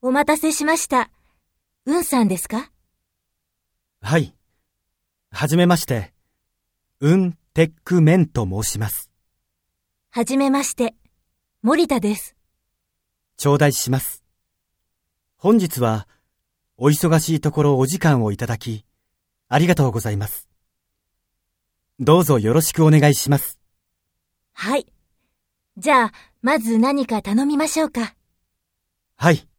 お待たせしました。さんですか？ はい。はじめまして。テックメンと申します。 はじめまして。森田です。 頂戴します。本日は、お忙しいところお時間をいただき、ありがとうございます。どうぞよろしくお願いします。 はい。じゃあ、まず何か頼みましょうか。 はい。